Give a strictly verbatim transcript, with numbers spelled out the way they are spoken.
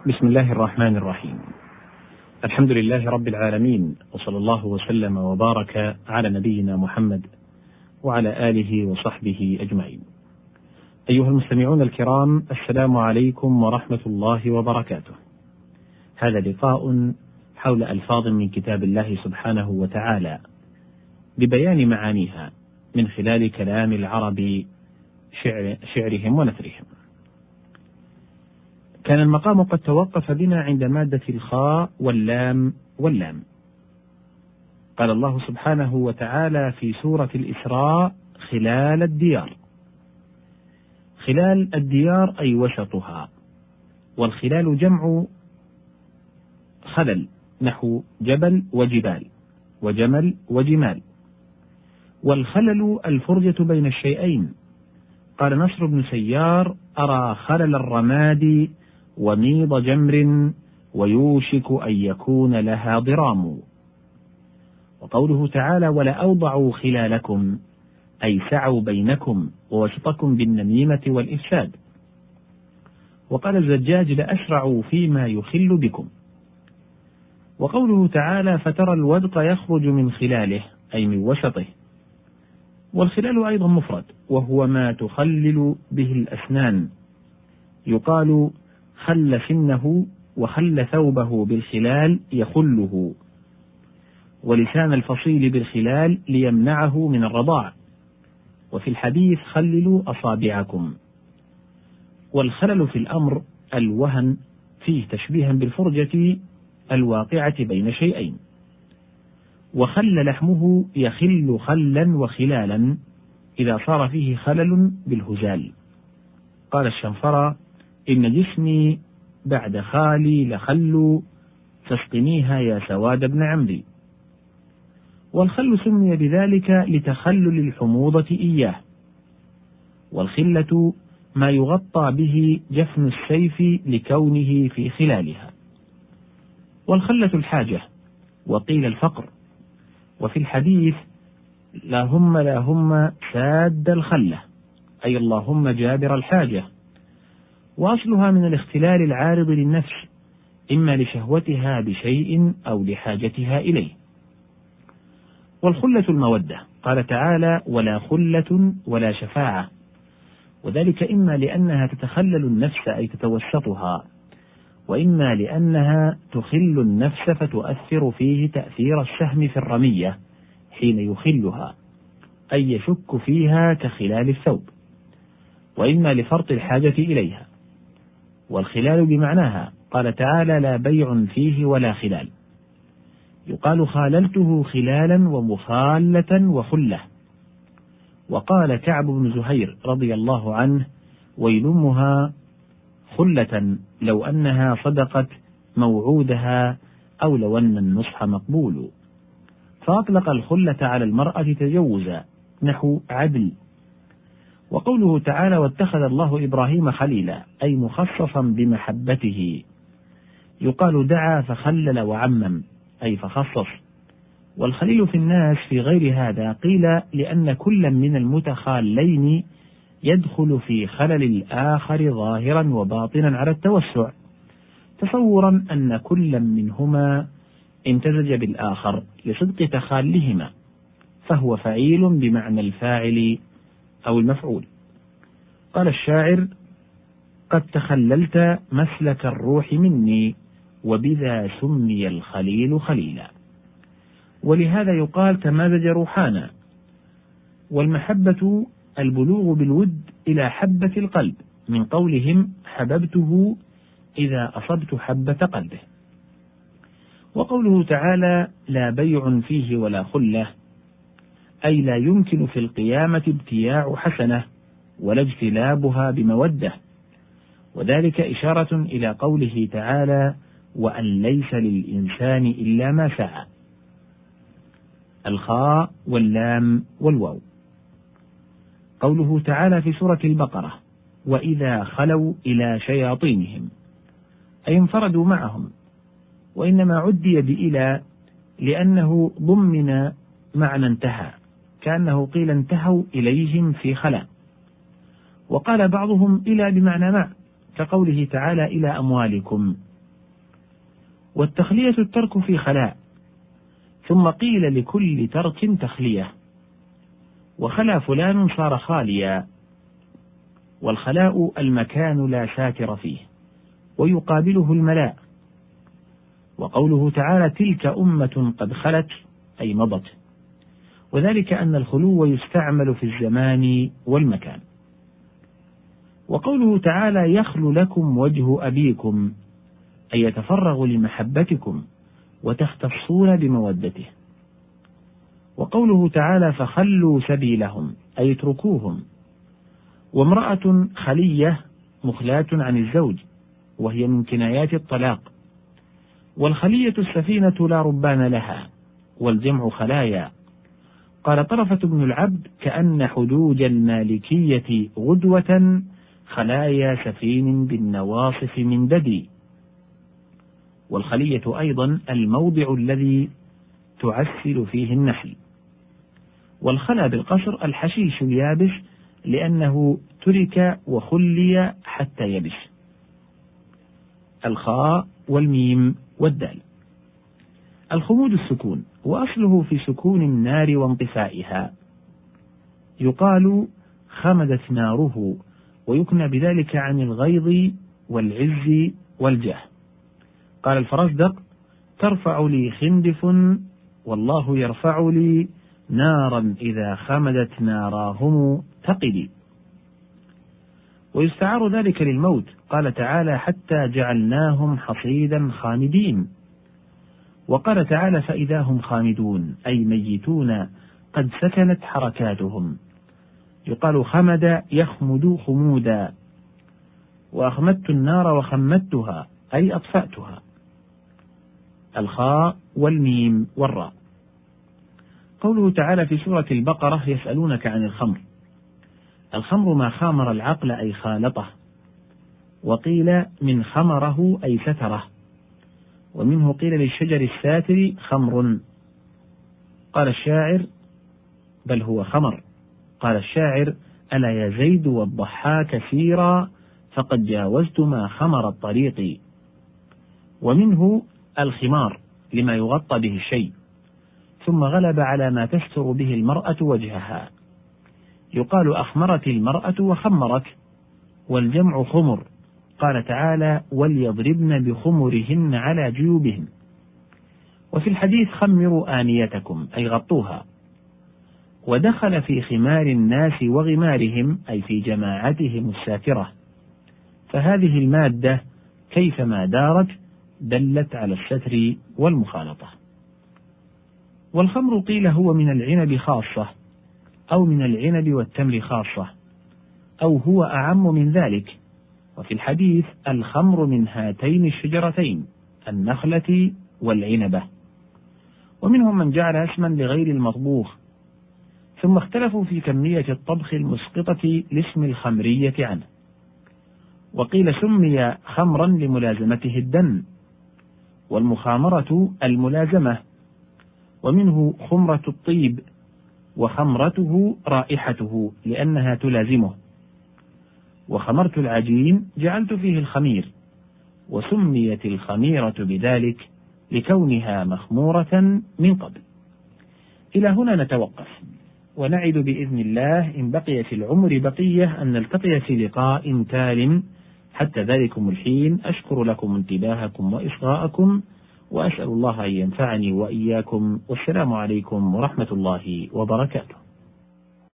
بسم الله الرحمن الرحيم. الحمد لله رب العالمين، وصلى الله وسلم وبارك على نبينا محمد وعلى آله وصحبه أجمعين. أيها المستمعون الكرام، السلام عليكم ورحمة الله وبركاته. هذا لقاء حول ألفاظ من كتاب الله سبحانه وتعالى ببيان معانيها من خلال كلام العرب، شعر شعرهم ونثرهم. كان المقام قد توقف بنا عند مادة الخاء واللام واللام. قال الله سبحانه وتعالى في سورة الإسراء: خلال الديار. خلال الديار أي وسطها، والخلال جمع خلل، نحو جبل وجبال وجمل وجمال. والخلل الفرجة بين الشيئين. قال نصر بن سيار: أرى خلل الرماد وميض جمر ويوشك أن يكون لها ضرام. وقوله تعالى: ولأوضعوا خلالكم أي سعوا بينكم ووسطكم بالنميمة والإفساد. وقال الزجاج: لأسرعوا فيما يخل بكم. وقوله تعالى: فترى الودق يخرج من خلاله أي من وسطه. والخلال أيضا مفرد، وهو ما تخلل به الأسنان. يقال: خل سنه وخل ثوبه بالخلال يخله، ولسان الفصيل بالخلال ليمنعه من الرضاع. وفي الحديث: خللوا أصابعكم. والخلل في الأمر الوهن فيه تشبيها بالفرجة الواقعة بين شيئين. وخل لحمه يخل خلا وخلالا إذا صار فيه خلل بالهزال. قال الشنفرة: إن جسمي بعد خالي لخل فاسقنيها يا سواد بن عمري. والخل سمي بذلك لتخلل الحموضة إياه. والخلة ما يغطى به جفن السيف لكونه في خلالها. والخلة الحاجة، وقيل الفقر. وفي الحديث: لا هم لا هم ساد الخلة، أي اللهم جابر الحاجة. وأصلها من الاختلال العارض للنفس، إما لشهوتها بشيء أو لحاجتها إليه. والخلة المودة. قال تعالى: ولا خلة ولا شفاعة. وذلك إما لأنها تتخلل النفس أي تتوسطها، وإما لأنها تخل النفس فتؤثر فيه تأثير السهم في الرمية حين يخلها، أي يشك فيها كخلال الثوب. وإما لفرط الحاجة إليها. والخلال بمعناها. قال تعالى: لا بيع فيه ولا خلال. يقال: خاللته خلالا ومخالة وخلة. وقال كعب بن زهير رضي الله عنه: ويلمها خلة لو أنها صدقت موعودها، أو لو أن النصح مقبول. فأطلق الخلة على المرأة تجوزا، نحو عدل. وقوله تعالى: واتخذ الله إبراهيم خليلا، أي مخصصا بمحبته. يقال: دعا فخلل وعمم، أي فخصص. والخليل في الناس في غير هذا قيل لأن كل من المتخالين يدخل في خلل الآخر ظاهرا وباطنا على التوسع، تصورا أن كل منهما امتزج بالآخر لصدق تخالهما، فهو فعيل بمعنى الفاعل أو المفعول. قال الشاعر: قد تخللت مسلك الروح مني، وبذا سمي الخليل خليلا. ولهذا يقال: تمازج روحانا. والمحبة البلوغ بالود إلى حبة القلب، من قولهم: حببته إذا أصبت حبة قلبه. وقوله تعالى: لا بيع فيه ولا خلة، أي لا يمكن في القيامة ابتياع حسنة ولا اجتلابها بمودة. وذلك إشارة إلى قوله تعالى: وأن ليس للإنسان إلا ما سعى. الخاء واللام والواو. قوله تعالى في سورة البقرة: وإذا خلوا إلى شياطينهم، أي انفردوا معهم. وإنما عدي بإلى لأنه ضمن معنى انتهى، كأنه قيل انتهوا إليهم في خلاء. وقال بعضهم إلى بمعنى مع، كقوله تعالى: إلى أموالكم، والتخلية الترك في خلاء، ثم قيل لكل ترك تخلية، وخلا فلان صار خاليا. والخلاء المكان لا ساتر فيه، ويقابله الملاء. وقوله تعالى تلك أمة قد خلت أي مضت، وذلك أن الخلو يستعمل في الزمان والمكان. وقوله تعالى يخل لكم وجه أبيكم أي يتفرغ لمحبتكم وتختصون بمودته. وقوله تعالى فخلوا سبيلهم أي اتركوهم. وامرأة خلية مخلاة عن الزوج، وهي من كنايات الطلاق. والخلية السفينة لا ربان لها، والجمع خلايا. قال طرفة بن العبد كأن حدوج المالكية غدوة خلايا سفين بالنواصف من ددي. والخلية أيضا الموضع الذي تعسل فيه النحل. والخلا بالقصر الحشيش اليابس لأنه ترك وخلي حتى يبس. الخاء والميم والدال. الخمود السكون، وأصله في سكون النار وانطفائها، يقال خمدت ناره، ويكنى بذلك عن الغيظ والعز والجاه. قال الفرزدق ترفع لي خندف والله يرفع لي نارا إذا خمدت ناراهم تقدي. ويستعار ذلك للموت، قال تعالى حتى جعلناهم حصيدا خامدين. وقال تعالى فإذا هم خامدون أي ميتون قد سكنت حركاتهم. يقال خمد يخمد خمودا. وأخمدت النار وخمدتها أي أطفأتها. الخاء والميم والراء. قوله تعالى في سورة البقرة يسألونك عن الخمر. الخمر ما خامر العقل أي خالطه، وقيل من خمره أي ستره، ومنه قيل للشجر الساتر خمر. قال الشاعر بل هو خمر. قال الشاعر ألا يا زيد والضحاك سيرا فقد جاوزت ما خمر الطريق. ومنه الخمار لما يغطى به الشيء، ثم غلب على ما تستر به المرأة وجهها. يقال أخمرت المرأة وخمرت، والجمع خمر. قال تعالى وليضربن بخمرهن على جيوبهن. وفي الحديث خمروا آنيتكم أي غطوها. ودخل في خمار الناس وغمارهم أي في جماعتهم الساترة. فهذه المادة كيفما دارت دلت على الستر والمخالطة. والخمر قيل هو من العنب خاصة، أو من العنب والتمر خاصة، أو هو أعم من ذلك. وفي الحديث الخمر من هاتين الشجرتين النخلة والعنبة. ومنهم من جعل اسما لغير المطبوخ، ثم اختلفوا في كمية الطبخ المسقطة لاسم الخمرية عنه. وقيل سمي خمرا لملازمته الدم، والمخامرة الملازمة. ومنه خمرة الطيب، وخمرته رائحته لأنها تلازمه. وخمرت العجين جعلت فيه الخمير، وسميت الخميرة بذلك لكونها مخمورة من قبل. إلى هنا نتوقف، ونعد بإذن الله إن بقي في العمر بقية أن نلتقي في لقاء تال. حتى ذلكم الحين أشكر لكم انتباهكم وإصغاءكم، وأسأل الله أن ينفعني وإياكم، والسلام عليكم ورحمة الله وبركاته.